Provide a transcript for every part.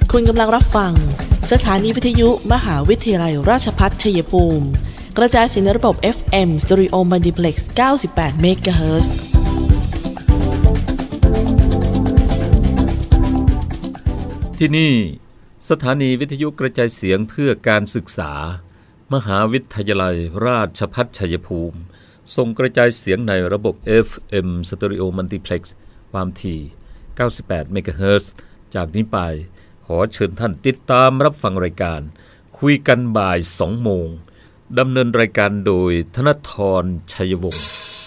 คุณกำลังรับฟังสถานีวิทยุมหาวิทยาลัยราชภัฏชัยภูมิกระจายเสียงในระบบ FM Stereo Multiplex 98 MHz ที่นี่สถานีวิทยุกระจายเสียงเพื่อการศึกษามหาวิทยาลัยราชภัฏชัยภูมิส่งกระจายเสียงในระบบ FM Stereo Multiplex ความถี่ 98 MHz จากนี้ไปขอเชิญท่านติดตามรับฟังรายการคุยกันบ่าย 2 โมงดำเนินรายการโดยธนธร ชัยวงศ์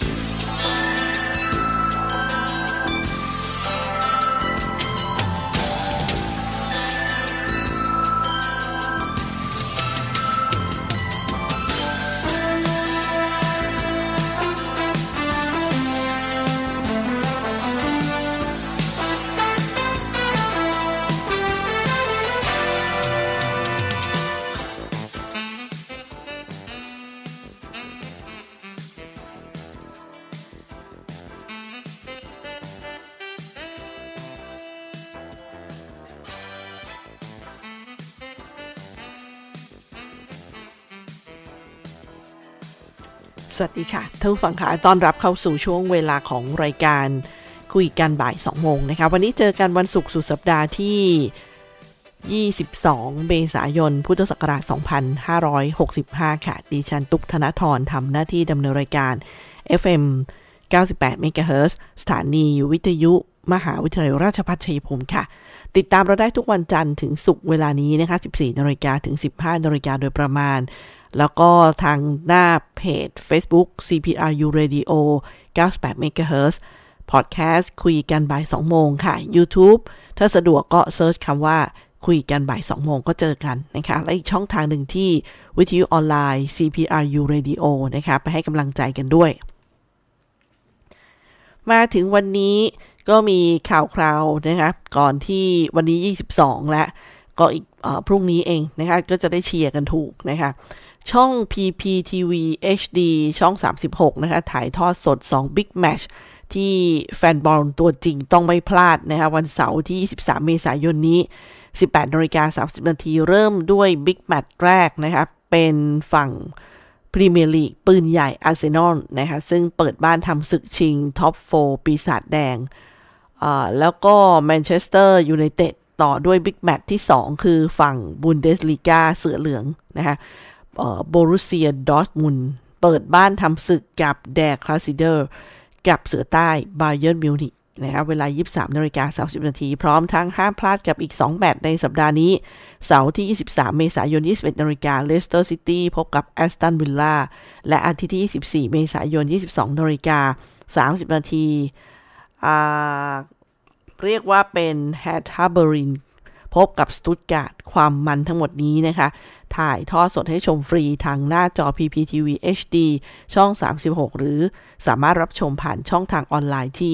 สวัสดีค่ะท่านผู้ฟังค่ะต้อนรับเข้าสู่ช่วงเวลาของรายการคุยกันบ่าย 2 โมงนะคะวันนี้เจอกันวันศุกร์สุดสัปดาห์ที่22เมษายนพุทธศักราช2565ค่ะดิฉันตุ๊กธนธรทำหน้าที่ดำเนินรายการ FM 98 MHz สถานีวิทยุมหาวิทยาลัยราชภัฏชัยภูมิค่ะติดตามเราได้ทุกวันจันทร์ถึงศุกร์เวลานี้นะคะ 14:00 นถึง 15:00 นโดยประมาณแล้วก็ทางหน้าเพจ Facebook CPRU Radio 98 MHz Podcast คุยกันบ่าย 2 โมงค่ะ YouTube ถ้าสะดวกก็เซิร์ชคำว่าคุยกันบ่าย 2 โมงก็เจอกันนะคะและอีกช่องทางหนึ่งที่วิทยุออนไลน์ CPRU Radio นะคะไปให้กำลังใจกันด้วยมาถึงวันนี้ก็มีข่าวคราวนะคะก่อนที่วันนี้22แล้วก็อีกพรุ่งนี้เองนะคะก็จะได้เชียร์กันถูกนะคะช่อง PPTV HD ช่อง36นะคะถ่ายทอดสด2 Big Match ที่แฟนบอลตัวจริงต้องไม่พลาดนะคะวันเสาร์ที่23เมษายนนี้ 18:30 นเริ่มด้วย Big Match แรกนะคะเป็นฝั่งพรีเมียร์ลีกปืนใหญ่อาร์เซนอลนะคะซึ่งเปิดบ้านทำศึกชิงท็อป 4 ปีศาจแดงแล้วก็แมนเชสเตอร์ยูไนเต็ดต่อด้วย Big Match ที่2คือฝั่งบุนเดสลีกาเสือเหลืองนะคะโบรุสเซียดอร์ทมุนด์เปิดบ้านทำศึกกับแดร์คลาสซิเดอร์กับเสือใต้บาเยิร์นมิวนิกนะคะเวลา 23:30 นพร้อมทั้งห้ามพลาดกับอีก2แมตช์ในสัปดาห์นี้เสาร์ที่23เมษายน 21:00 นเลสเตอร์ซิตี้พบกับแอสตันวิลล่าและอาทิตย์ที่24เมษายน 22:30 นเรียกว่าเป็นแฮร์ทาเบอรินพบกับสตุตการ์ดความมันทั้งหมดนี้นะคะถ่ายทอดสดให้ชมฟรีทางหน้าจอ PPTV HD ช่อง36หรือสามารถรับชมผ่านช่องทางออนไลน์ที่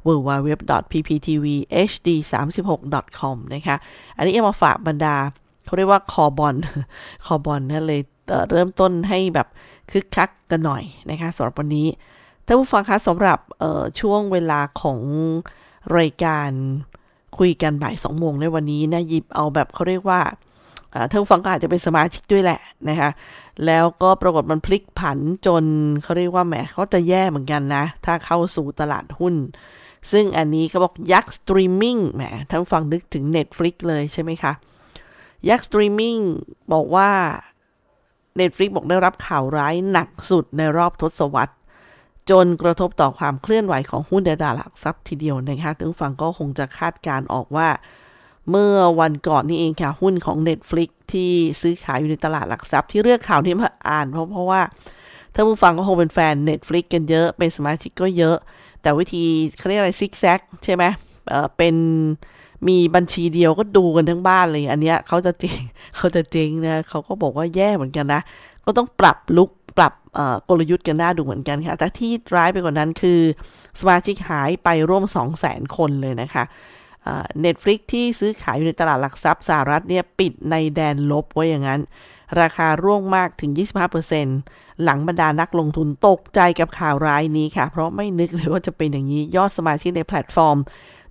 www.pptvhd36.com นะคะอันนี้เอามาฝากบรรดาเขาเรียกว่าคอบอลนั่นเลยเริ่มต้นให้แบบคึกคักกันหน่อยนะคะสำหรับวันนี้ท่านผู้ฟังคะสำหรับช่วงเวลาของรายการคุยกันบ่าย 2 โมงในวันนี้นะหยิบเอาแบบเขาเรียกว่าท่านผู้ฟังก็อาจจะเป็นสมาชิกด้วยแหละนะคะแล้วก็ปรากฏมันพลิกผันจนเขาเรียกว่าแหมเขาจะแย่เหมือนกันนะถ้าเข้าสู่ตลาดหุ้นซึ่งอันนี้เขาบอกยักษ์สตรีมมิ่งแหมท่านผู้ฟังนึกถึง Netflix เลยใช่ไหมคะยักษ์สตรีมมิ่งบอกว่า Netflix บอกได้รับข่าวร้ายหนักสุดในรอบทศวรรษจนกระทบต่อความเคลื่อนไหวของหุ้นในตลาดหลักทรัพย์ทีเดียวนะคะท่านผู้ฟังก็คงจะคาดการณ์ออกว่าเมื่อวันก่อนนี่เองค่ะหุ้นของ Netflix ที่ซื้อขายอยู่ในตลาดหลักทรัพย์ที่เลือกข่าวนี้มาอ่านเพราะว่าท่านผู้ฟังก็คงเป็นแฟน Netflix กันเยอะเป็นสมาชิกก็เยอะแต่วิธีเขาเรียกอะไรซิกแซกใช่ไหมเป็นมีบัญชีเดียวก็ดูกันทั้งบ้านเลยอันเนี้ยเขาจะเจ๊งนะเขาก็บอกว่าแย่เหมือนกันนะก็ต้องปรับลุคปรับกลยุทธ์กันหน้าดูเหมือนกันค่ะแต่ที่ร้ายไปกว่านั้นคือสมาชิกหายไปร่วม 200,000 คนเลยนะคะNetflix ที่ซื้อขายอยู่ในตลาดหลักทรัพย์สหรัฐเนี่ยปิดในแดนลบไว้อย่างนั้นราคาร่วงมากถึง 25% หลังบรรดานักลงทุนตกใจกับข่าวร้ายนี้ค่ะเพราะไม่นึกเลยว่าจะเป็นอย่างนี้ยอดสมาชิกในแพลตฟอร์ม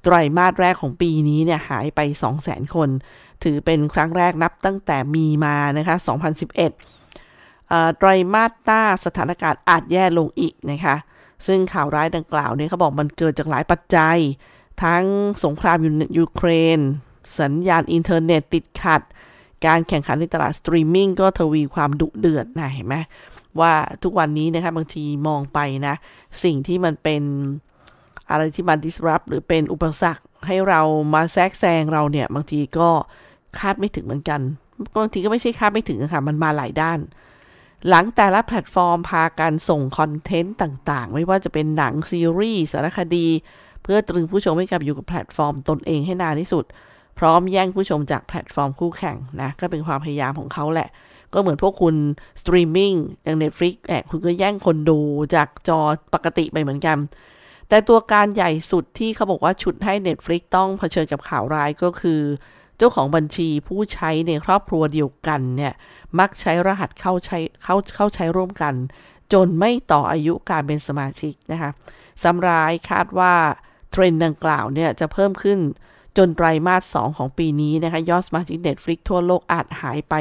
ไตรมาสแรกของปีนี้เนี่ยหายไป 200,000 คนถือเป็นครั้งแรกนับตั้งแต่มีมานะคะ2011ไตรมาสหน้าสถานการณ์อาจแย่ลงอีกนะคะซึ่งข่าวร้ายดังกล่าวเนี่ยเขาบอกมันเกิดจากหลายปัจจัยทั้งสงครามยูเครนสัญญาณอินเทอร์เน็ตติดขัดการแข่งขันในตลาดสตรีมมิ่งก็ทวีความดุเดือดนะเห็นไหมว่าทุกวันนี้นะคะบางทีมองไปนะสิ่งที่มันเป็นอะไรที่มา disrupt หรือเป็นอุปสรรคให้เรามาแทรกแซงเราเนี่ยบางทีก็คาดไม่ถึงเหมือนกันบางทีก็ไม่ใช่คาดไม่ถึงค่ะมันมาหลายด้านหลังแต่ละแพลตฟอร์มพากันส่งคอนเทนต์ต่างๆไม่ว่าจะเป็นหนังซีรีส์สารคดีเพื่อตรึงผู้ชมให้กลับอยู่กับแพลตฟอร์มตนเองให้นานที่สุดพร้อมแย่งผู้ชมจากแพลตฟอร์มคู่แข่งนะก็เป็นความพยายามของเขาแหละก็เหมือนพวกคุณสตรีมมิ่งอย่าง Netflix คุณก็แย่งคนดูจากจอปกติไปเหมือนกันแต่ตัวการใหญ่สุดที่เขาบอกว่าฉุดให้ Netflix ต้องเผชิญกับข่าวร้ายก็คือเจ้าของบัญชีผู้ใช้ในครอบครัวเดียวกันเนี่ยมักใช้รหัสเข้าใช้ร่วมกันจนไม่ต่ออายุการเป็นสมาชิกนะคะซ้ำร้ายคาดว่าเทรนด์ดังกล่าวเนี่ยจะเพิ่มขึ้นจนไตรมาส 2ของปีนี้นะคะยอดสมาชิก Netflix ทั่วโลกอาจหายไป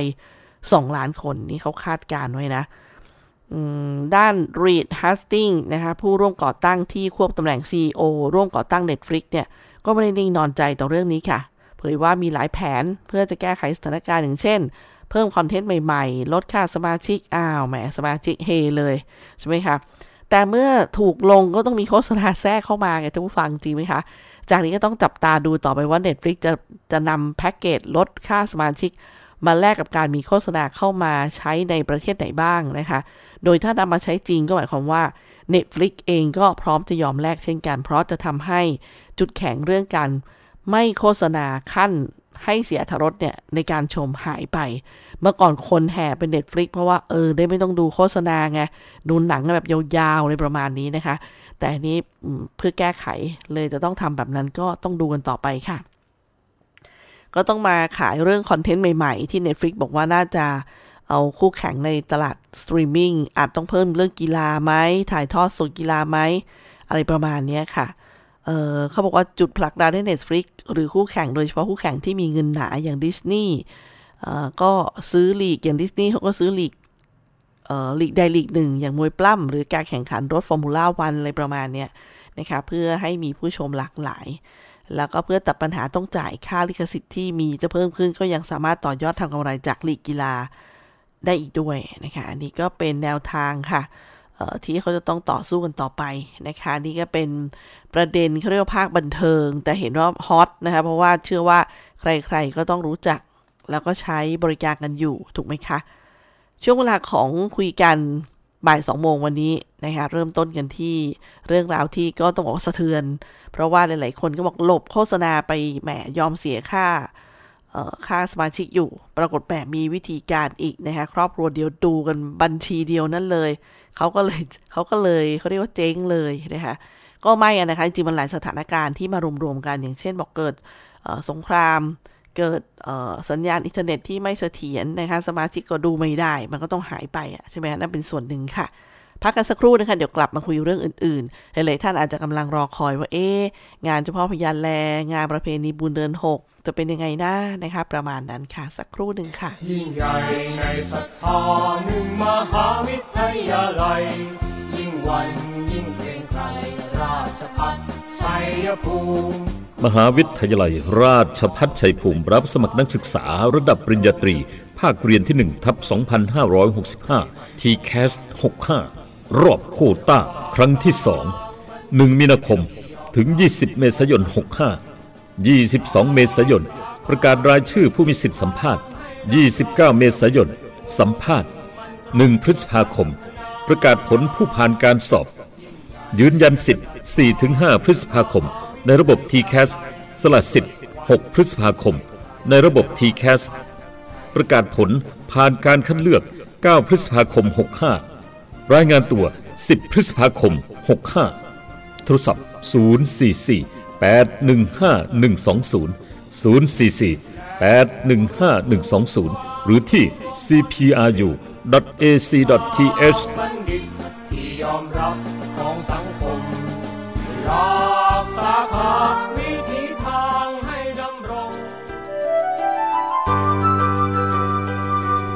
2 ล้านคนนี่เขาคาดการไว้นะด้าน Reed Hastings นะคะผู้ร่วมก่อตั้งที่ควบตำแหน่ง CEO ร่วมก่อตั้ง Netflix เนี่ยก็ไม่ได้นิ่งนอนใจต่อเรื่องนี้ค่ะเผยว่ามีหลายแผนเพื่อจะแก้ไขสถานการณ์อย่างเช่นเพิ่มคอนเทนต์ใหม่ๆลดค่าสมาชิกแหมสมาชิกเฮเลยใช่ไหมคะแต่เมื่อถูกลงก็ต้องมีโฆษณาแทรกเข้ามาไงท่านผู้ฟังจริงไหมคะจากนี้ก็ต้องจับตาดูต่อไปว่า Netflix จะนำแพ็กเกจลดค่าสมาชิกมาแลกกับการมีโฆษณาเข้ามาใช้ในประเทศไหนบ้างนะคะโดยถ้านำมาใช้จริงก็หมายความว่า Netflix เองก็พร้อมจะยอมแลกเช่นกันเพราะจะทำให้จุดแข็งเรื่องการไม่โฆษณาขั้นให้เสียอรรถรสเนี่ยในการชมหายไปเมื่อก่อนคนแห่เป็น Netflix เพราะว่าได้ไม่ต้องดูโฆษณาไงดูหนังแบบยาวๆในประมาณนี้นะคะแต่อันนี้เพื่อแก้ไขเลยจะต้องทำแบบนั้นก็ต้องดูกันต่อไปค่ะก็ต้องมาขายเรื่องคอนเทนต์ใหม่ๆที่ Netflix บอกว่าน่าจะเอาคู่แข่งในตลาดสตรีมมิ่งอาจต้องเพิ่มเรื่องกีฬาไหมถ่ายทอดสดกีฬาไหมอะไรประมาณนี้ค่ะเขาบอกว่าจุดผลักดันให้ Netflix หรือคู่แข่งโดยเฉพาะคู่แข่งที่มีเงินหนาอย่างดิสนีย์ก็ซื้อลีกอย่างดิสนีย์เขาก็ซื้อลีกใดลีกหนึ่งอย่างมวยปล้ำหรือการแข่งขันรถฟอร์มูล่าวันอะไรประมาณนี้นะคะเพื่อให้มีผู้ชมหลากหลายแล้วก็เพื่อตัดปัญหาต้องจ่ายค่าลิขสิทธิ์ที่มีจะเพิ่มขึ้นก็ยังสามารถต่อยอดทำกำไรจากลีกกีฬาได้อีกด้วยนะคะอันนี้ก็เป็นแนวทางค่ะที่เขาจะต้องต่อสู้กันต่อไปนะคะนี่ก็เป็นประเด็นเขาเรียกว่าภาคบันเทิงแต่เห็นว่าฮอตนะคะเพราะว่าเชื่อว่าใครๆก็ต้องรู้จักแล้วก็ใช้บริการกันอยู่ถูกไหมคะช่วงเวลาของคุยกันบ่าย 2 โมงวันนี้นะคะเริ่มต้นกันที่เรื่องราวที่ก็ต้องบอกสะเทือนเพราะว่าหลายๆคนก็บอกหลบโฆษณาไปแหมยอมเสียค่าสมาชิกอยู่ปรากฏแหมมีวิธีการอีกนะคะครอบครัวเดียวดูกันบัญชีเดียวนั่นเลยเขาก็เลยเขาเรียกว่าเจ๊งเลยนะคะก็ไม่นะคะจริงๆมันหลายสถานการณ์ที่มารวมๆกันอย่างเช่นบอกเกิดสงครามเกิดสัญญาณอินเทอร์เน็ตที่ไม่เสถียรนะคะสมาชิกก็ดูไม่ได้มันก็ต้องหายไปใช่ไหมนั่นเป็นส่วนหนึ่งค่ะพักกันสักครู่นะคะเดี๋ยวกลับมาคุยเรื่องอื่นๆหลายๆท่านอาจจะกำลังรอคอยว่างานเฉพาะพยานแลงานประเพณีบุญเดือน6จะเป็นยังไงนะนะคะประมาณนั้นค่ะสักครู่หนึ่งค่ะยิ่งใหญ่ในศรัทธาหนึ่งมหาวิทยาลัยยิ่งวันยิ่งเกรียงไกรราชภัฏชัยภูมิมหาวิทยาลัยราชภัฏชัยภูมิรับสมัครนักศึกษาระดับปริญญาตรีภาคเรียนที่ 1/2565 TCAS 65รอบโควต้าครั้งที่ 2 1 มีนาคมถึง 20 เมษายน 65 22 เมษายนประกาศรายชื่อผู้มีสิทธิสัมภาษณ์ 29 เมษายนสัมภาษณ์ 1 พฤษภาคมประกาศผลผู้ผ่านการสอบยืนยันสิทธิ์ 4-5 พฤษภาคมในระบบ TCAS สละสิทธิ์ 6 พฤษภาคมในระบบ TCAS ประกาศผลผ่านการคัดเลือก 9 พฤษภาคม 65 รายงานตัว 10 พฤษภาคม 65 โทรศัพท์ 044-815-120 044-815-120 หรือที่ cpru.ac.th บัณฑิตที่ยอมรับของสังคมรักษาภาพวิธี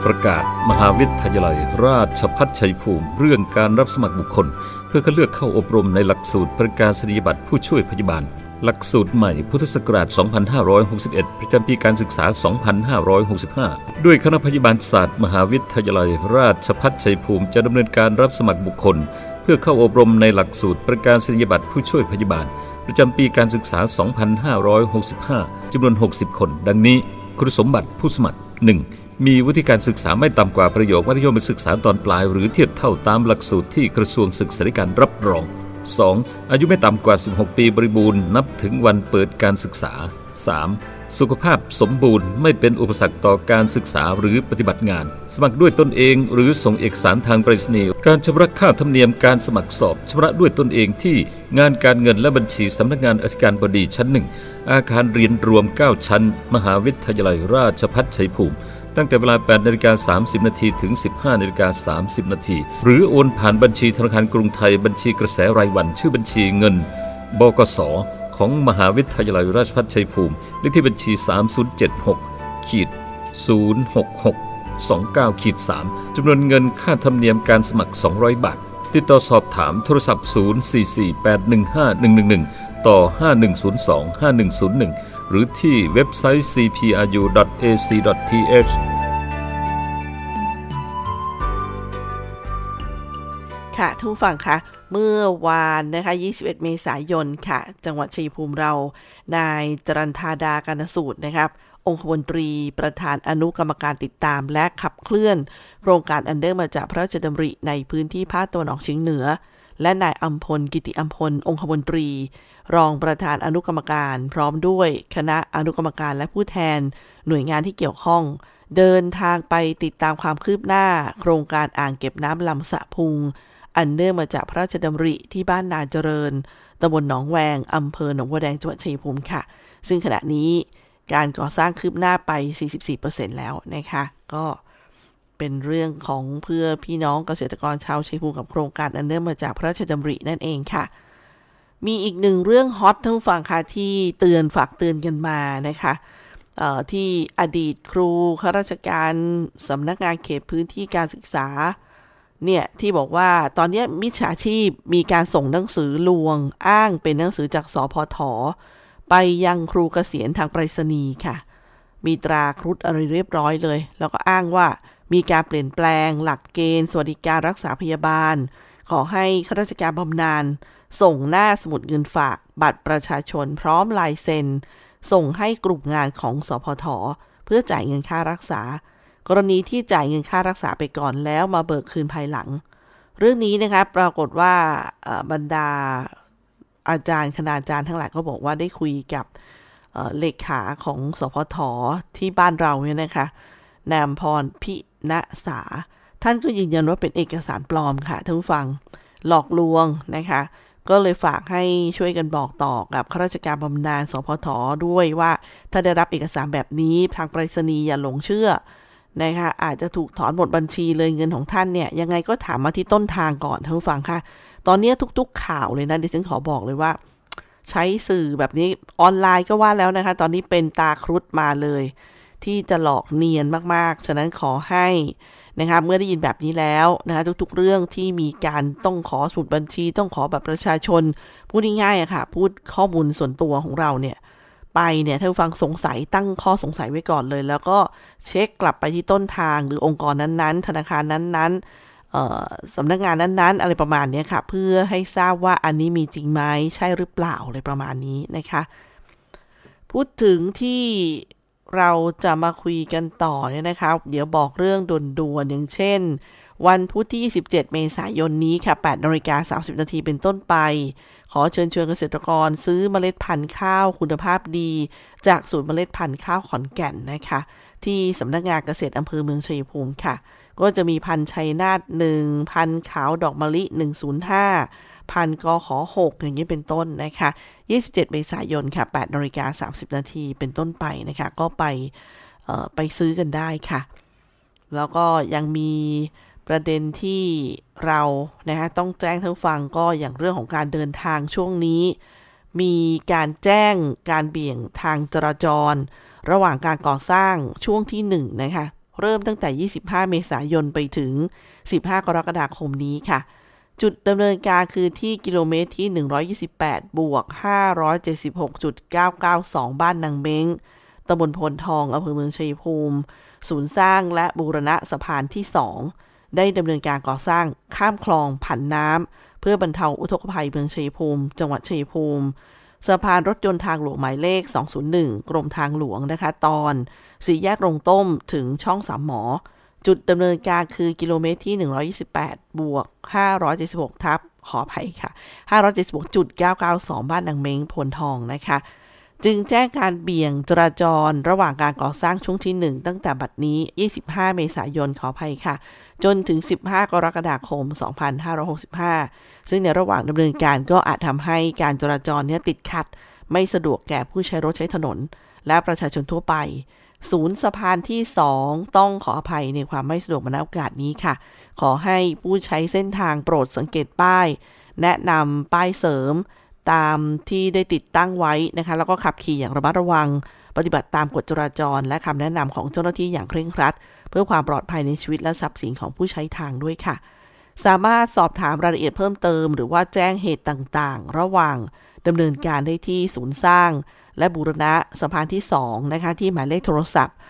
ประกาศมหาวิทยาลัยราชภัฏชัยภูมิเรื่องการรับสมัครบุคคลเพื่อคัดเลือกเข้าอบรมในหลักสูตรประกาศนียบัตรผู้ช่วยพยาบาลหลักสูตรใหม่พุทธศักราช 2561 ประจำปีการศึกษา 2565 ด้วยคณะพยาบาลศาสตร์มหาวิทยาลัยราชภัฏชัยภูมิจะดำเนินการรับสมัครบุคคลเพื่อเข้าอบรมในหลักสูตรประกาศนียบัตรผู้ช่วยพยาบาลประจำปีการศึกษา 2565 จำนวน 60 คน ดังนี้คุณสมบัติผู้สมัคร 1. มีวุฒิการศึกษาไม่ต่ำกว่าประโยคมัธยมศึกษาตอนปลายหรือเทียบเท่าตามหลักสูตรที่กระทรวงศึกษาธิการรับรอง 2. อายุไม่ต่ำกว่า 16 ปีบริบูรณ์นับถึงวันเปิดการศึกษา 3. สุขภาพสมบูรณ์ไม่เป็นอุปสรรคต่อการศึกษาหรือปฏิบัติงานสมัครด้วยตนเองหรือส่งเอกสารทางไปรษณีย์การชำระค่าธรรมเนียมการสมัครสอบชำระด้วยตนเองที่งานการเงินและบัญชีสำนักงานอธิการบดีชั้น 1อาคารเรียนรวม9ชั้นมหาวิทยาลัยราชภัฏชัยภูมิตั้งแต่เวลา 8:30 น.ถึง 15:30 น.หรือโอนผ่านบัญชีธนาคารกรุงไทยบัญชีกระแสรายวันชื่อบัญชีเงินบกส.ของมหาวิทยาลัยราชภัฏชัยภูมิเลขที่บัญชี 3076-06629-3 จำนวนเงินค่าธรรมเนียมการสมัคร200 บาทติดต่อสอบถามโทรศัพท์ 044815111 ต่อ 5102-5101 หรือที่เว็บไซต์ cpru.ac.th ค่ะท่านผู้ฟังคะเมื่อวานนะคะ21 เมษายนค่ะจังหวัดชัยภูมิเรานายจรัญธาดากานสูตรนะครับองคมนตรีประธานอนุกรรมการติดตามและขับเคลื่อนโครงการอันเนื่องมาจากพระราชดำริในพื้นที่ภาคตะวันออกเฉียงเหนือและนายอัมพลกิติอัมพลองคมนตรีรองประธานอนุกรรมการพร้อมด้วยคณะอนุกรรมการและผู้แทนหน่วยงานที่เกี่ยวข้องเดินทางไปติดตามความคืบหน้าโครงการอ่างเก็บน้ำลำสะพุงอันเนื่องมาจากพระราชดำริที่บ้านนาเจริญตำบลหนองแวงอำเภอหนองบัวแดงจังหวัดชัยภูมิค่ะซึ่งขณะนี้การก่อสร้างคืบหน้าไป 44% แล้วนะคะก็เป็นเรื่องของเพื่อพี่น้องเกษตรกรชาวชัยภูมิกับโครงการอันเนื่องมาจากพระราชดำรินั่นเองค่ะมีอีกหนึ่งเรื่องฮอตท่านผู้ฟังค่ะที่ฝากเตือนกันมานะคะที่อดีตครูข้าราชการสำนักงานเขตพื้นที่การศึกษาเนี่ยที่บอกว่าตอนนี้มิจฉาชีพมีการส่งหนังสือลวงอ้างเป็นหนังสือจากสพท.ไปยังครูเกษียณทางไปรษณีย์ค่ะมีตราครุฑอะไรเรียบร้อยเลยแล้วก็อ้างว่ามีการเปลี่ยนแปลงหลักเกณฑ์สวัสดิการรักษาพยาบาลขอให้ข้าราชการบำนาญส่งหน้าสมุดเงินฝากบัตรประชาชนพร้อมลายเซ็นส่งให้กลุ่มงานของสพท.เพื่อจ่ายเงินค่ารักษากรณีที่จ่ายเงินค่ารักษาไปก่อนแล้วมาเบิกคืนภายหลังเรื่องนี้นะคะปรากฏว่าบรรดาอาจารย์คณาจารย์ทั้งหลายก็บอกว่าได้คุยกับเลขาของสพท.ที่บ้านเราเนี่ยนะคะนายอำพรพิณษาท่านก็ยืนยันว่าเป็นเอกสารปลอมค่ะท่านผู้ฟังหลอกลวงนะคะก็เลยฝากให้ช่วยกันบอกต่อกับข้าราชการบำนาญสพท.ด้วยว่าถ้าได้รับเอกสารแบบนี้ทางไปรษณีย์อย่าหลงเชื่อนะคะอาจจะถูกถอนหมดบัญชีเลยเงินของท่านเนี่ยยังไงก็ถามมาที่ต้นทางก่อนท่านผู้ฟังค่ะตอนนี้ทุกๆข่าวเลยนะดิฉันขอบอกเลยว่าใช้สื่อแบบนี้ออนไลน์ก็ว่าแล้วนะคะตอนนี้เป็นตาครุฑมาเลยที่จะหลอกเนียนมากๆฉะนั้นขอให้นะคะเมื่อได้ยินแบบนี้แล้วนะคะทุกๆเรื่องที่มีการต้องขอสมุดบัญชีต้องขอบัตรประชาชนพูดง่ายๆอะค่ะพูดข้อมูลส่วนตัวของเราเนี่ยไปเนี่ยถ้าฟังสงสัยตั้งข้อสงสัยไว้ก่อนเลยแล้วก็เช็คกลับไปที่ต้นทางหรือองค์กรนั้นๆธนาคารนั้นๆสำนักงานนั้นๆอะไรประมาณนี้ค่ะเพื่อให้ทราบว่าอันนี้มีจริงไหมใช่หรือเปล่าอะไรประมาณนี้นะคะพูดถึงที่เราจะมาคุยกันต่อเนี่ยนะคะเดี๋ยวบอกเรื่องด่วนๆอย่างเช่นวันพุธที่27 เมษายนนี้ค่ะ 8:30 น.เป็นต้นไปขอเชิญชวนเกษตรกรซื้อเมล็ดพันธุ์ข้าวคุณภาพดีจากศูนย์เมล็ดพันธุ์ข้าวขอนแก่นนะคะที่สำนักงานเกษตรอำเภอเมืองชัยภูมิค่ะก็จะมีพันธุ์ชัยนาท1พันธุ์ขาวดอกมะลิ105พันธุ์กข6อย่างนี้เป็นต้นนะคะ27 เมษายนค่ะ 8:30 น.เป็นต้นไปนะคะก็ไปซื้อกันได้ค่ะแล้วก็ยังมีประเด็นที่เรานะคะต้องแจ้งท่านผู้ฟังก็อย่างเรื่องของการเดินทางช่วงนี้มีการแจ้งการเบี่ยงทางจราจรระหว่างการก่อสร้างช่วงที่1นะคะเริ่มตั้งแต่25เมษายนไปถึง15กรกฎาคมนี้ค่ะจุดดำเนินการคือที่กิโลเมตรที่128บวก 576.992 บ้านนางเม้งตำบลพลทองอำเภอเมืองชัยภูมิศูนย์สร้างและบูรณะสะพานที่2ได้ดำเนินการก่อสร้างข้ามคลองผันน้ำเพื่อบรรเทาอุทกภัยเมืองชัยภูมิจังหวัดชัยภูมิสะพานรถยนต์ทางหลวงหมายเลข201กรมทางหลวงนะคะตอน4แยกโรงต้มถึงช่องสามหมอจุดดำเนินการคือกิโลเมตรที่128บวก 576ทับขออภัยค่ะ 576.992 บ้านนางเม้งพลทองนะคะจึงแจ้งการเบี่ยงจราจรระหว่างการก่อสร้างช่วงที่1ตั้งแต่บัดนี้25เมษายนขออภัยค่ะจนถึง15กรกฎาคม2565ซึ่งในระหว่างดำเนินการก็อาจทำให้การจราจรติดขัดไม่สะดวกแก่ผู้ใช้รถใช้ถนนและประชาชนทั่วไปศูนย์สะพานที่2ต้องขออภัยในความไม่สะดวกมาณโอกาสนี้ค่ะขอให้ผู้ใช้เส้นทางโปรดสังเกตป้ายแนะนำป้ายเสริมตามที่ได้ติดตั้งไว้นะคะแล้วก็ขับขี่อย่างระมัดระวังปฏิบัติตามกฎจราจรและคำแนะนำของเจ้าหน้าที่อย่างเคร่งครัดเพื่อความปลอดภัยในชีวิตและทรัพย์สินของผู้ใช้ทางด้วยค่ะสามารถสอบถามรายละเอียดเพิ่มเติมหรือว่าแจ้งเหตุต่างๆระหว่างดำเนินการได้ที่ศูนย์สร้างและบูรณะสะพานที่2นะคะที่หมายเลขโทรศัพท์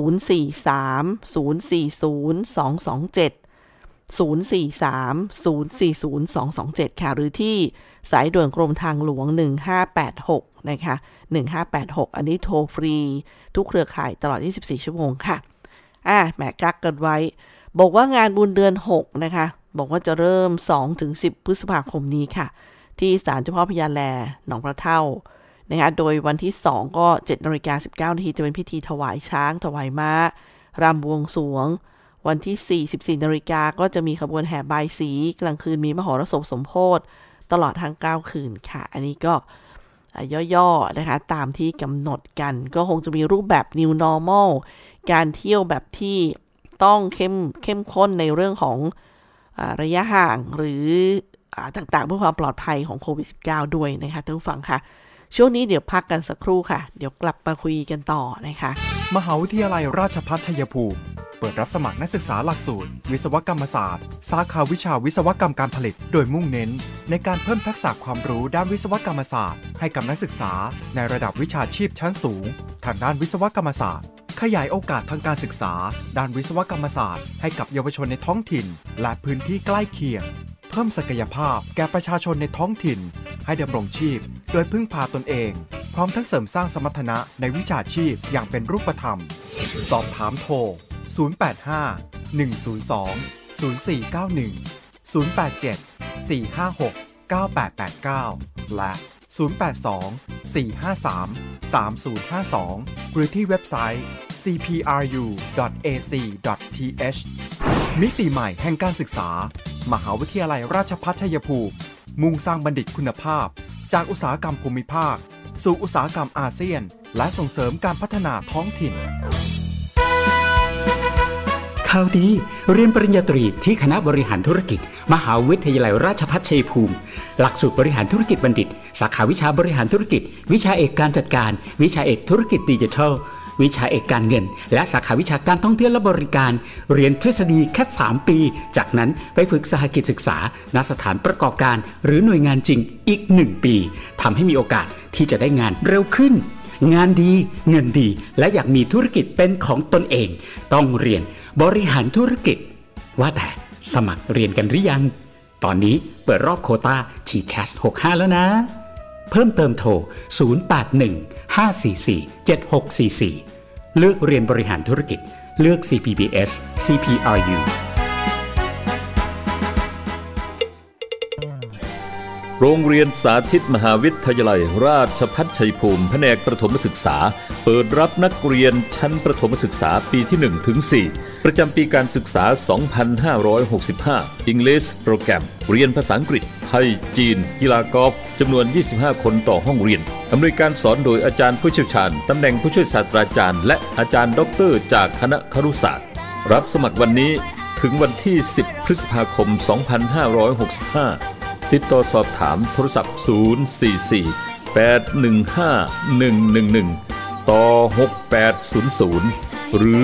043-040-227 ค่ะหรือที่สายด่วนกรมทางหลวง1586นะคะ1586อันนี้โทรฟรีทุกเครือข่ายตลอด24ชั่วโมงค่ะแหมกักกันไว้บอกว่างานบุญเดือน6นะคะบอกว่าจะเริ่ม 2-10 พฤษภาคมนี้ค่ะที่ศาลเจ้าพ่อพญาแลหนองพระเท่านะคะโดยวันที่2ก็7:19 น.จะเป็นพิธีถวายช้างถวายม้ารำบวงสรวงวันที่14 14 น.ก็จะมีขบวนแห่บายสีกลางคืนมีมหรสพสมโภชตลอดทั้ง9คืนค่ะอันนี้ก็ย่อๆนะคะตามที่กำหนดกันก็คงจะมีรูปแบบ New Normal การเที่ยวแบบที่ต้องเข้มข้นในเรื่องของระยะห่างหรือต่างๆเพื่อความปลอดภัยของโควิด -19 ด้วยนะคะท่านผู้ฟังค่ะช่วงนี้เดี๋ยวพักกันสักครู่ค่ะเดี๋ยวกลับมาคุยกันต่อนะคะมหาวิทยาลัยราชภัฏชัยภูมิเปิดรับสมัครนักศึกษาหลักสูตรวิศวกรรมศาสตร์สาขาวิชาวิศวกรรมการผลิตโดยมุ่งเน้นในการเพิ่มทักษะความรู้ด้านวิศวกรรมศาสตร์ให้กับนักศึกษาในระดับวิชาชีพชั้นสูงทางด้านวิศวกรรมศาสตร์ขยายโอกาสทางการศึกษาด้านวิศวกรรมศาสตร์ให้กับเยาวชนในท้องถิ่นและพื้นที่ใกล้เคียงเพิ่มศักยภาพแก่ประชาชนในท้องถิ่นให้ดำรงชีพโดยพึ่งพาตนเองพร้อมทั้งเสริมสร้างสมรรถนะในวิชาชีพอย่างเป็นรูปธรรมสอบถามโทร085-102-0491 087-456-9889 และ082-453-3052 หรือที่เว็บไซต์ cpru.ac.th มิติใหม่แห่งการศึกษามหาวิทยาลัยราชภัฏชัยภูมิมุ่งสร้างบัณฑิตคุณภาพจากอุตสาหกรรมภูมิภาคสู่อุตสาหกรรมอาเซียนและส่งเสริมการพัฒนาท้องถิ่นข่าวดีเรียนปริญญาตรีที่คณะบริหารธุรกิจมหาวิทยาลัยราชภัฏชัยภูมิหลักสูตรบริหารธุรกิจบัณฑิตสาขาวิชาบริหารธุรกิจวิชาเอกการจัดการวิชาเอกธุรกิจดิจิทัลวิชาเอกการเงินและสาขาวิชาการท่องเที่ยวและบริการเรียนทฤษฎีแค่3ปีจากนั้นไปฝึกสหกิจศึกษาณสถานประกอบการหรือหน่วยงานจริงอีก1ปีทำให้มีโอกาสที่จะได้งานเร็วขึ้นงานดีเงินดีและอยากมีธุรกิจเป็นของตนเองต้องเรียนบริหารธุรกิจว่าแต่สมัครเรียนกันหรือยังตอนนี้เปิดรอบโควตา TCAS 65แล้วนะเพิ่มเติมโทร081-544-7644เลือกเรียนบริหารธุรกิจเลือก CPBS CPRU โรงเรียนสาธิตมหาวิทยาลัยราชภัฏชัยภูมิแผนกประถมศึกษาเปิดรับนักเรียนชั้นประถมศึกษาปีที่ 1-4 ประจำปีการศึกษา 2565 English โปรแกรมเรียนภาษาอังกฤษไทยจีนกีฬากอล์ฟจำนวน 25 คนต่อห้องเรียนอำนวยการสอนโดยอาจารย์ผู้เชี่ยวชาญตำแหน่งผู้ช่วยศาสตราจารย์และอาจารย์ด็อกเตอร์จากคณะครุศาสตร์รับสมัครวันนี้ถึงวันที่ 10 พฤษภาคม 2565ติดต่อสอบถามโทรศัพท์044-815-111ต่อ6800 หรือ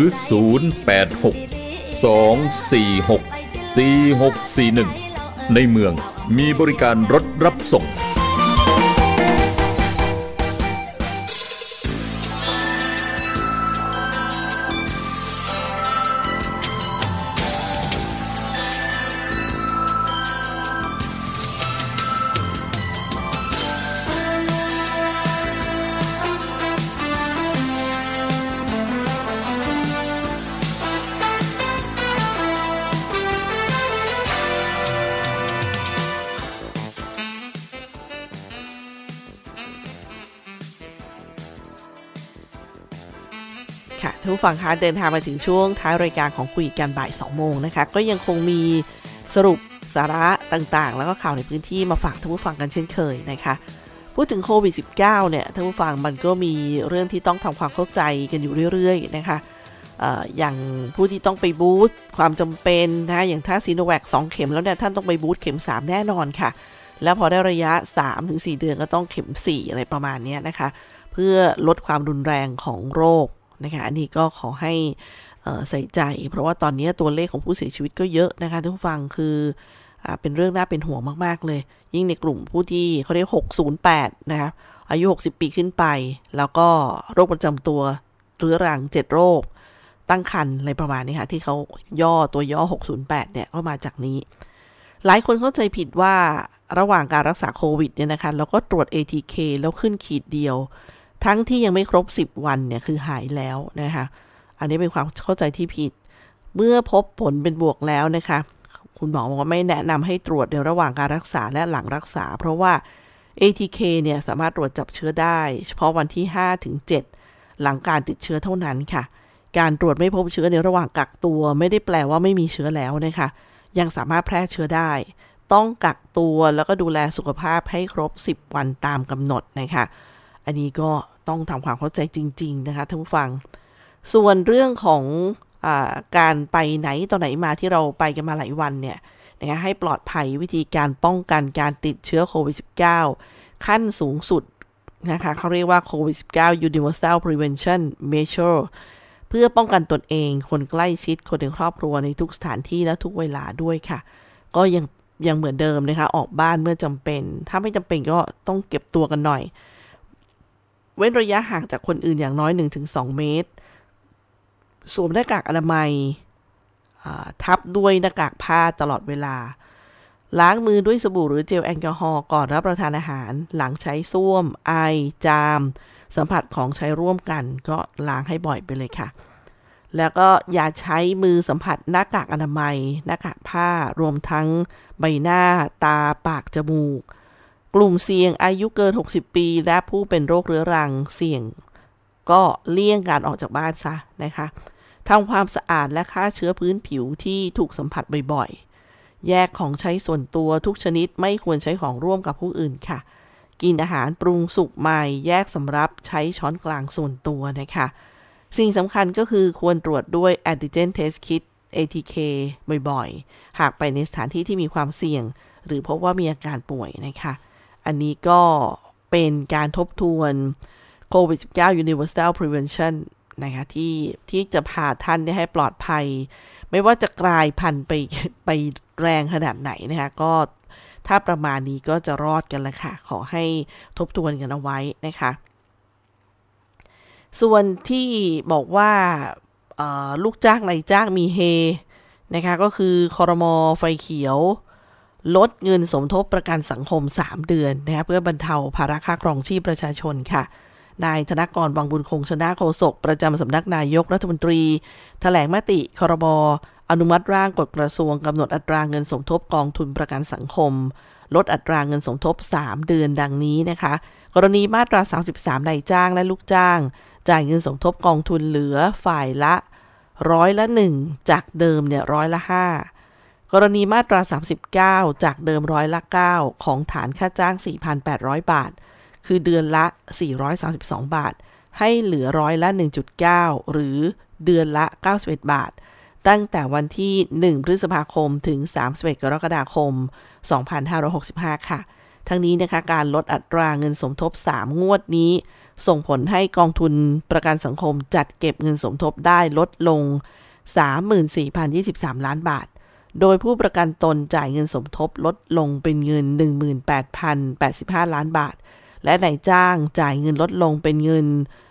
086-246-4641 ในเมืองมีบริการรถรับส่งค่ะท่านผู้ฟังคะเดินทางมาถึงช่วงท้ายรายการของคุยกันบ่าย 2 โมงนะคะก็ยังคงมีสรุปสาระต่างๆแล้วก็ข่าวในพื้นที่มาฝากท่านผู้ฟังกันเช่นเคยนะคะพูดถึงโควิด -19 เนี่ยท่านผู้ฟังมันก็มีเรื่องที่ต้องทำความเข้าใจกันอยู่เรื่อยๆนะคะอย่างผู้ที่ต้องไปบูสต์ความจำเป็นนะอย่างถ้าซีโนแวค2 เข็มแล้วเนี่ยท่านต้องไปบูสต์เข็ม 3 แน่นอนค่ะแล้วพอได้ระยะ 3-4 เดือนก็ต้องเข็ม 4 อะไรประมาณนี้นะคะเพื่อลดความรุนแรงของโรคนะคะอันนี้ก็ขอให้ใส่ใจเพราะว่าตอนนี้ตัวเลขของผู้เสียชีวิตก็เยอะนะคะทุกฟังคือเป็นเรื่องน่าเป็นห่วงมากๆเลยยิ่งในกลุ่มผู้ที่เขาเรียก608นะคะอายุ60 ปีขึ้นไปแล้วก็โรคประจำตัวเรื้อรัง7 โรคตั้งครรภ์อะไรประมาณนี้ค่ะที่เขาย่อตัวย่อ608เนี่ยก็มาจากนี้หลายคนเข้าใจผิดว่าระหว่างการรักษาโควิดเนี่ยนะคะแล้วก็ตรวจ ATK แล้วขึ้นขีดเดียวทั้งที่ยังไม่ครบ10 วันเนี่ยคือหายแล้วนะคะอันนี้เป็นความเข้าใจที่ผิดเมื่อพบผลเป็นบวกแล้วนะคะคุณหมอบอกว่าไม่แนะนำให้ตรวจในระหว่างการรักษาและหลังรักษาเพราะว่า ATK เนี่ยสามารถตรวจจับเชื้อได้เฉพาะวันที่ 5-7 หลังการติดเชื้อเท่านั้นค่ะการตรวจไม่พบเชื้อในระหว่างกักตัวไม่ได้แปลว่าไม่มีเชื้อแล้วนะคะยังสามารถแพร่เชื้อได้ต้องกักตัวแล้วก็ดูแลสุขภาพให้ครบ10 วันตามกำหนดนะคะอันนี้ก็ต้องทำความเข้าใจจริงๆนะคะท่านผู้ฟังส่วนเรื่องของการไปไหนต่อไหนมาที่เราไปกันมาหลายวันเนี่ยนะคะให้ปลอดภัยวิธีการป้องกันการติดเชื้อโควิด -19 ขั้นสูงสุดนะคะเขาเรียกว่าโควิด -19 Universal Prevention Measure เพื่อป้องกันตนเองคนใกล้ชิดคนในครอบครัวในทุกสถานที่และทุกเวลาด้วยค่ะก็ยังเหมือนเดิมนะคะออกบ้านเมื่อจำเป็นถ้าไม่จำเป็นก็ต้องเก็บตัวกันหน่อยเว้นระยะห่างจากคนอื่นอย่างน้อย 1-2 เมตรสวมหน้ากากอนามัยทับด้วยหน้ากากผ้าตลอดเวลาล้างมือด้วยสบู่หรือเจลแอลกอฮอล์ก่อนรับประทานอาหารหลังใช้ส้วมไอจามสัมผัสของใช้ร่วมกันก็ล้างให้บ่อยไปเลยค่ะแล้วก็อย่าใช้มือสัมผัสหน้ากากอนามัยหน้ากากผ้ารวมทั้งใบหน้าตาปากจมูกกลุ่มเสี่ยงอายุเกิน60 ปีและผู้เป็นโรคเรื้อรังเสี่ยงก็เลี่ยงการออกจากบ้านซะนะคะทำความสะอาดและฆ่าเชื้อพื้นผิวที่ถูกสัมผัสบ่อยๆแยกของใช้ส่วนตัวทุกชนิดไม่ควรใช้ของร่วมกับผู้อื่นค่ะกินอาหารปรุงสุกใหม่แยกสำรับใช้ช้อนกลางส่วนตัวนะคะสิ่งสำคัญก็คือควรตรวจด้วย Antigen Test Kit ATK บ่อยๆหากไปในสถานที่ที่มีความเสี่ยงหรือพบว่ามีอาการป่วยนะคะอันนี้ก็เป็นการทบทวนโควิด -19 Universal Prevention นะคะที่จะพาท่านให้ปลอดภัยไม่ว่าจะกลายพันธุ์ไปแรงขนาดไหนนะคะก็ถ้าประมาณนี้ก็จะรอดกันแล้วค่ะขอให้ทบทวนกันเอาไว้นะคะส่วนที่บอกว่าลูกจ้างนายจ้างมีเฮนะคะก็คือครม.ไฟเขียวลดเงินสมทบประกันสังคม3 เดือนนะคะเพื่อบรรเทาภาระค่าครองชีพประชาชนค่ะนายธนกร วังบุญคงชนะโฆษกประจำสำนักนายกรัฐมนตรีแถลงมติครม.อนุมัติร่างกฎกระทรวงกำหนดอัตราเงินสมทบกองทุนประกันสังคมลดอัตราเงินสมทบ3 เดือนดังนี้นะคะกรณีมาตรา33นายจ้างและลูกจ้างจ่ายเงินสมทบกองทุนเหลือฝ่ายละ100% จากเดิมเนี่ย5%กรณีมาตรา39จากเดิม9%ของฐานค่าจ้าง 4,800 บาทคือเดือนละ432 บาทให้เหลือ1.9%หรือเดือนละ91 บาทตั้งแต่วันที่1 พฤษภาคมถึง31 กรกฎาคม 2565 ค่ะทั้งนี้นะคะการลดอัตราเงินสมทบ3งวดนี้ส่งผลให้กองทุนประกันสังคมจัดเก็บเงินสมทบได้ลดลง 34,023 ล้านบาทโดยผู้ประกันตนจ่ายเงินสมทบลดลงเป็นเงิน 18,085 ล้านบาทและนายจ้างจ่ายเงินลดลงเป็นเงิน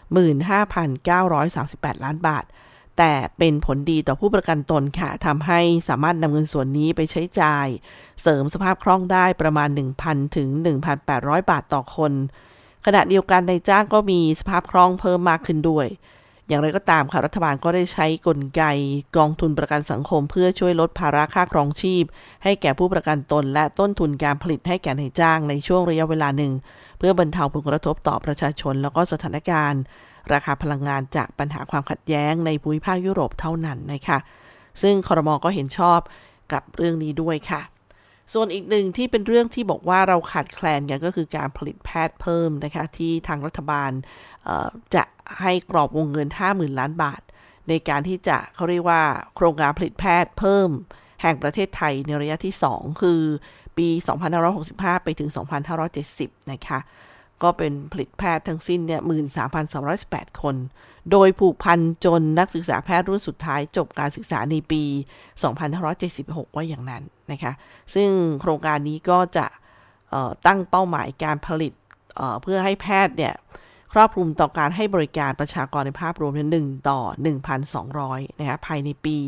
15,938 ล้านบาทแต่เป็นผลดีต่อผู้ประกันตนค่ะทำให้สามารถนำเงินส่วนนี้ไปใช้จ่ายเสริมสภาพคล่องได้ประมาณ 1,000 ถึง 1,800 บาทต่อคนขณะเดียวกันนายจ้างก็มีสภาพคล่องเพิ่มมากขึ้นด้วยอย่างไรก็ตามค่ะรัฐบาลก็ได้ใช้กลไกกองทุนประกันสังคมเพื่อช่วยลดภาระค่าครองชีพให้แก่ผู้ประกันตนและต้นทุนการผลิตให้แก่นายจ้างในช่วงระยะเวลาหนึ่งเพื่อบรรเทาผลกระทบต่อประชาชนแล้วก็สถานการณ์ราคาพลังงานจากปัญหาความขัดแย้งในภูมิภาคยุโรปเท่านั้นนะคะซึ่งครม.ก็เห็นชอบกับเรื่องนี้ด้วยค่ะส่วนอีกหนึ่งที่เป็นเรื่องที่บอกว่าเราขาดแคลนกันก็คือการผลิตแพทย์เพิ่มนะคะที่ทางรัฐบาลจะให้กรอบวงเงิน 50,000 ล้านบาทในการที่จะเขาเรียกว่าโครงการผลิตแพทย์เพิ่มแห่งประเทศไทยในระยะที่2คือปี 2565 ไปถึง 2570 นะคะก็เป็นผลิตแพทย์ทั้งสิ้นเนี่ย 13,218 คนโดยผูกพันจนนักศึกษาแพทย์รุ่นสุดท้ายจบการศึกษาในปี 2576 ว่าอย่างนั้นนะคะซึ่งโครงการนี้ก็จะตั้งเป้าหมายการผลิตเพื่อให้แพทย์เนี่ยครอบคลุมต่อการให้บริการประชากรในภาพรวม1ต่อ 1,200 นะคะภายในปี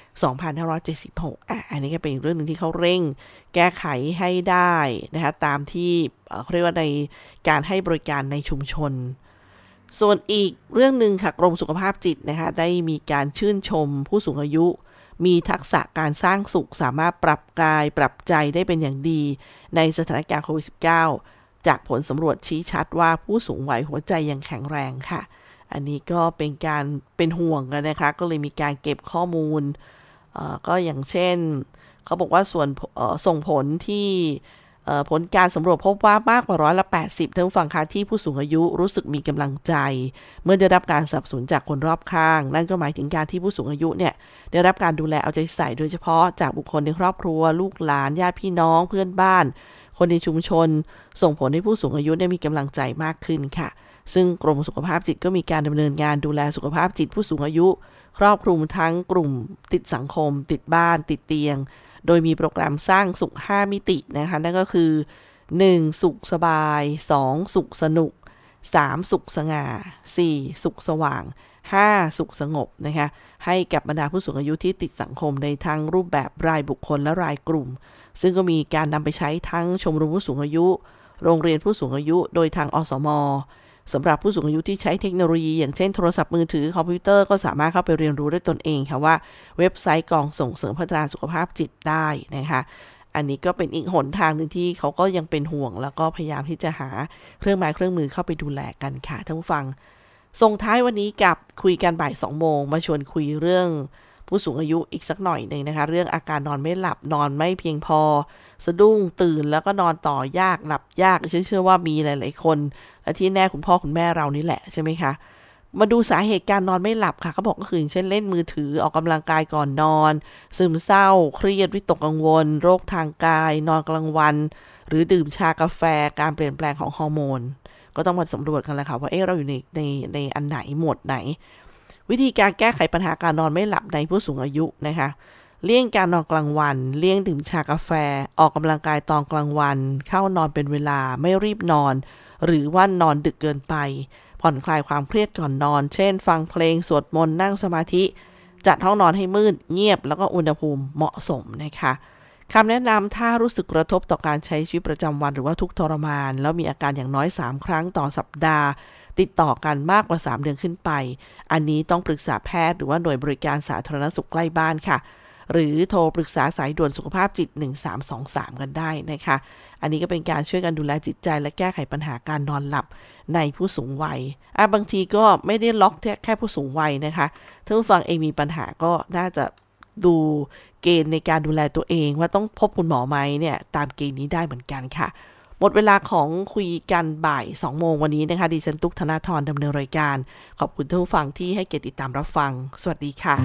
2576 อันนี้ก็เป็นเรื่องหนึ่งที่เขาเร่งแก้ไขให้ได้นะคะตามที่เขาเรียกว่าในการให้บริการในชุมชนส่วนอีกเรื่องนึงค่ะกรมสุขภาพจิตนะคะได้มีการชื่นชมผู้สูงอายุมีทักษะการสร้างสุขสามารถปรับกายปรับใจได้เป็นอย่างดีในสถานการณ์โควิด -19 จากผลสำรวจชี้ชัดว่าผู้สูงวัยหัวใจยังแข็งแรงค่ะอันนี้ก็เป็นการเป็นห่วงกันนะคะก็เลยมีการเก็บข้อมูลก็อย่างเช่นเขาบอกว่าส่งผลที่ผลการสำรวจพบว่ามากกว่า80%ทั้งฝั่งค่ะที่ผู้สูงอายุรู้สึกมีกำลังใจเมื่อได้รับการสนับสนุนจากคนรอบข้างนั่นก็หมายถึงการที่ผู้สูงอายุเนี่ยได้รับการดูแลเอาใจใส่โดยเฉพาะจากบุคคลในครอบครัวลูกหลานญาติพี่น้องเพื่อนบ้านคนในชุมชนส่งผลให้ผู้สูงอายุได้มีกำลังใจมากขึ้นค่ะซึ่งกรมสุขภาพจิตก็มีการดำเนินงานดูแลสุขภาพจิตผู้สูงอายุครอบคลุมทั้งกลุ่มติดสังคมติดบ้านติดเตียงโดยมีโปรแกรมสร้างสุข5มิตินะคะนั่นก็คือ1สุขสบาย2สุขสนุก3สุขสง่า4สุขสว่าง5สุขสงบนะคะให้กับบรรดาผู้สูงอายุที่ติดสังคมในทั้งรูปแบบรายบุคคลและรายกลุ่มซึ่งก็มีการนำไปใช้ทั้งชมรมผู้สูงอายุโรงเรียนผู้สูงอายุโดยทางอสม.สำหรับผู้สูงอายุที่ใช้เทคโนโลยีอย่างเช่นโทรศัพท์มือถือคอมพิวเตอร์ก็สามารถเข้าไปเรียนรู้ด้วยตนเองค่ะว่าเว็บไซต์กองส่งเสริมพัฒนาสุขภาพจิตได้นะคะอันนี้ก็เป็นอีกหนทางนึงที่เขาก็ยังเป็นห่วงแล้วก็พยายามที่จะหาเครื่องไม้เครื่องมือเข้าไปดูแลกันค่ะท่านผู้ฟังส่งท้ายวันนี้กับคุยกันบ่าย 2 โมงมาชวนคุยเรื่องผู้สูงอายุอีกสักหน่อยนึงนะคะเรื่องอาการนอนไม่หลับนอนไม่เพียงพอสะดุ้งตื่นแล้วก็นอนต่อยากหลับยากเชื่อว่ามีหลายๆคนและที่แน่คุณพ่อคุณแม่เรานี่แหละใช่ไหมคะมาดูสาเหตุการนอนไม่หลับค่ะเขาบอกก็คือเช่นเล่นมือถือออกกำลังกายก่อนนอนซึมเศร้าเครียดวิตกกังวลโรคทางกายนอนกลางวันหรือดื่มชากาแฟการเปลี่ยนแปลงของฮอร์โมนก็ต้องมาสำรวจกันแล้วค่ะว่าเราอยู่ในอันไหนหมวดไหนวิธีการแก้ไขปัญหาการนอนไม่หลับในผู้สูงอายุนะคะเลี่ยงการนอนกลางวันเลี่ยงดื่มชากาแฟออกกำลังกายตอนกลางวันเข้านอนเป็นเวลาไม่รีบนอนหรือว่านอนดึกเกินไปผ่อนคลายความเครียดก่อนนอนเช่นฟังเพลงสวดมนต์นั่งสมาธิจัดห้องนอนให้มืดเงียบแล้วก็อุณหภูมิเหมาะสมนะคะคำแนะนำถ้ารู้สึกกระทบต่อการใช้ชีวิตประจำวันหรือว่าทุกข์ทรมานแล้วมีอาการอย่างน้อย3ครั้งต่อสัปดาห์ติดต่อกันมากกว่า3เดือนขึ้นไปอันนี้ต้องปรึกษาแพทย์หรือว่าหน่วยบริการสาธารณสุขใกล้บ้านค่ะหรือโทรปรึกษาสายด่วนสุขภาพจิต1323กันได้นะคะอันนี้ก็เป็นการช่วยกันดูแลจิตใจและแก้ไขปัญหาการนอนหลับในผู้สูงวัยบางทีก็ไม่ได้ล็อกแค่ผู้สูงวัยนะคะถ้าผู้ฟังเองมีปัญหาก็น่าจะดูเกณฑ์ในการดูแลตัวเองว่าต้องพบคุณหมอไหมเนี่ยตามเกณฑ์นี้ได้เหมือนกันค่ะหมดเวลาของคุยกันบ่าย 2 โมงวันนี้นะคะดิฉันตุ๊กธนาธรดำเนินรายการขอบคุณท่านผู้ฟังที่ให้เกียรติติดตามรับฟังสวัสดีค่ะ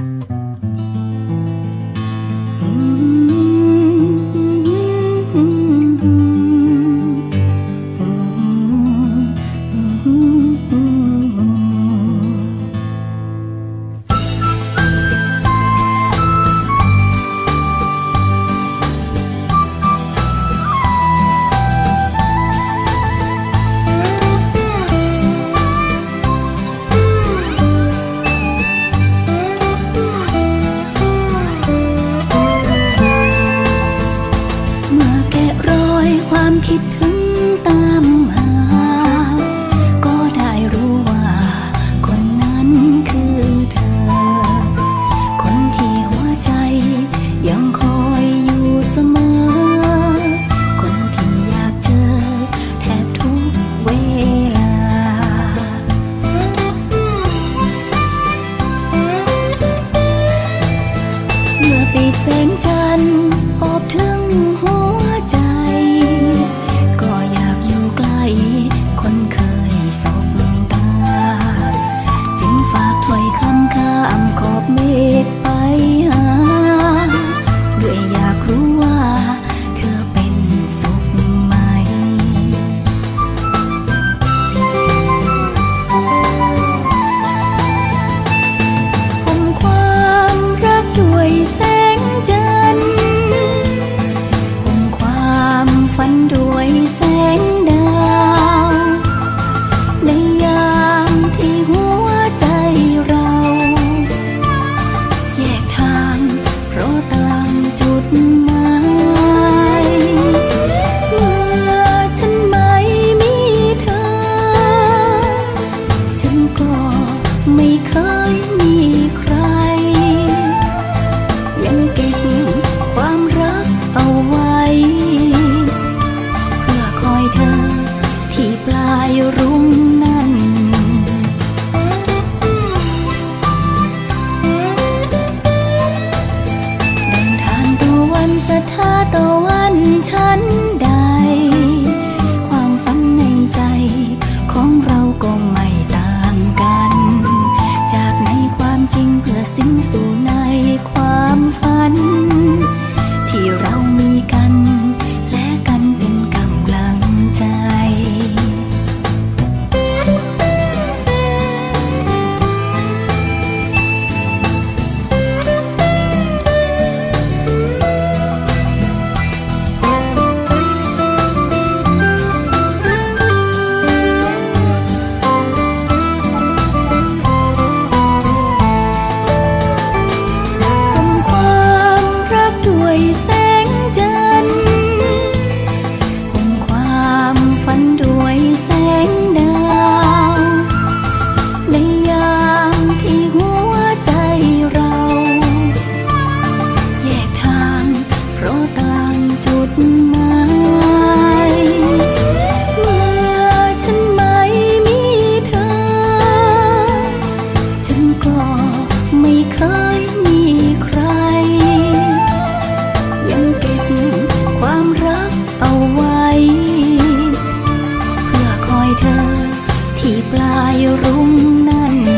เธอที่ปลายรุ่งนั้น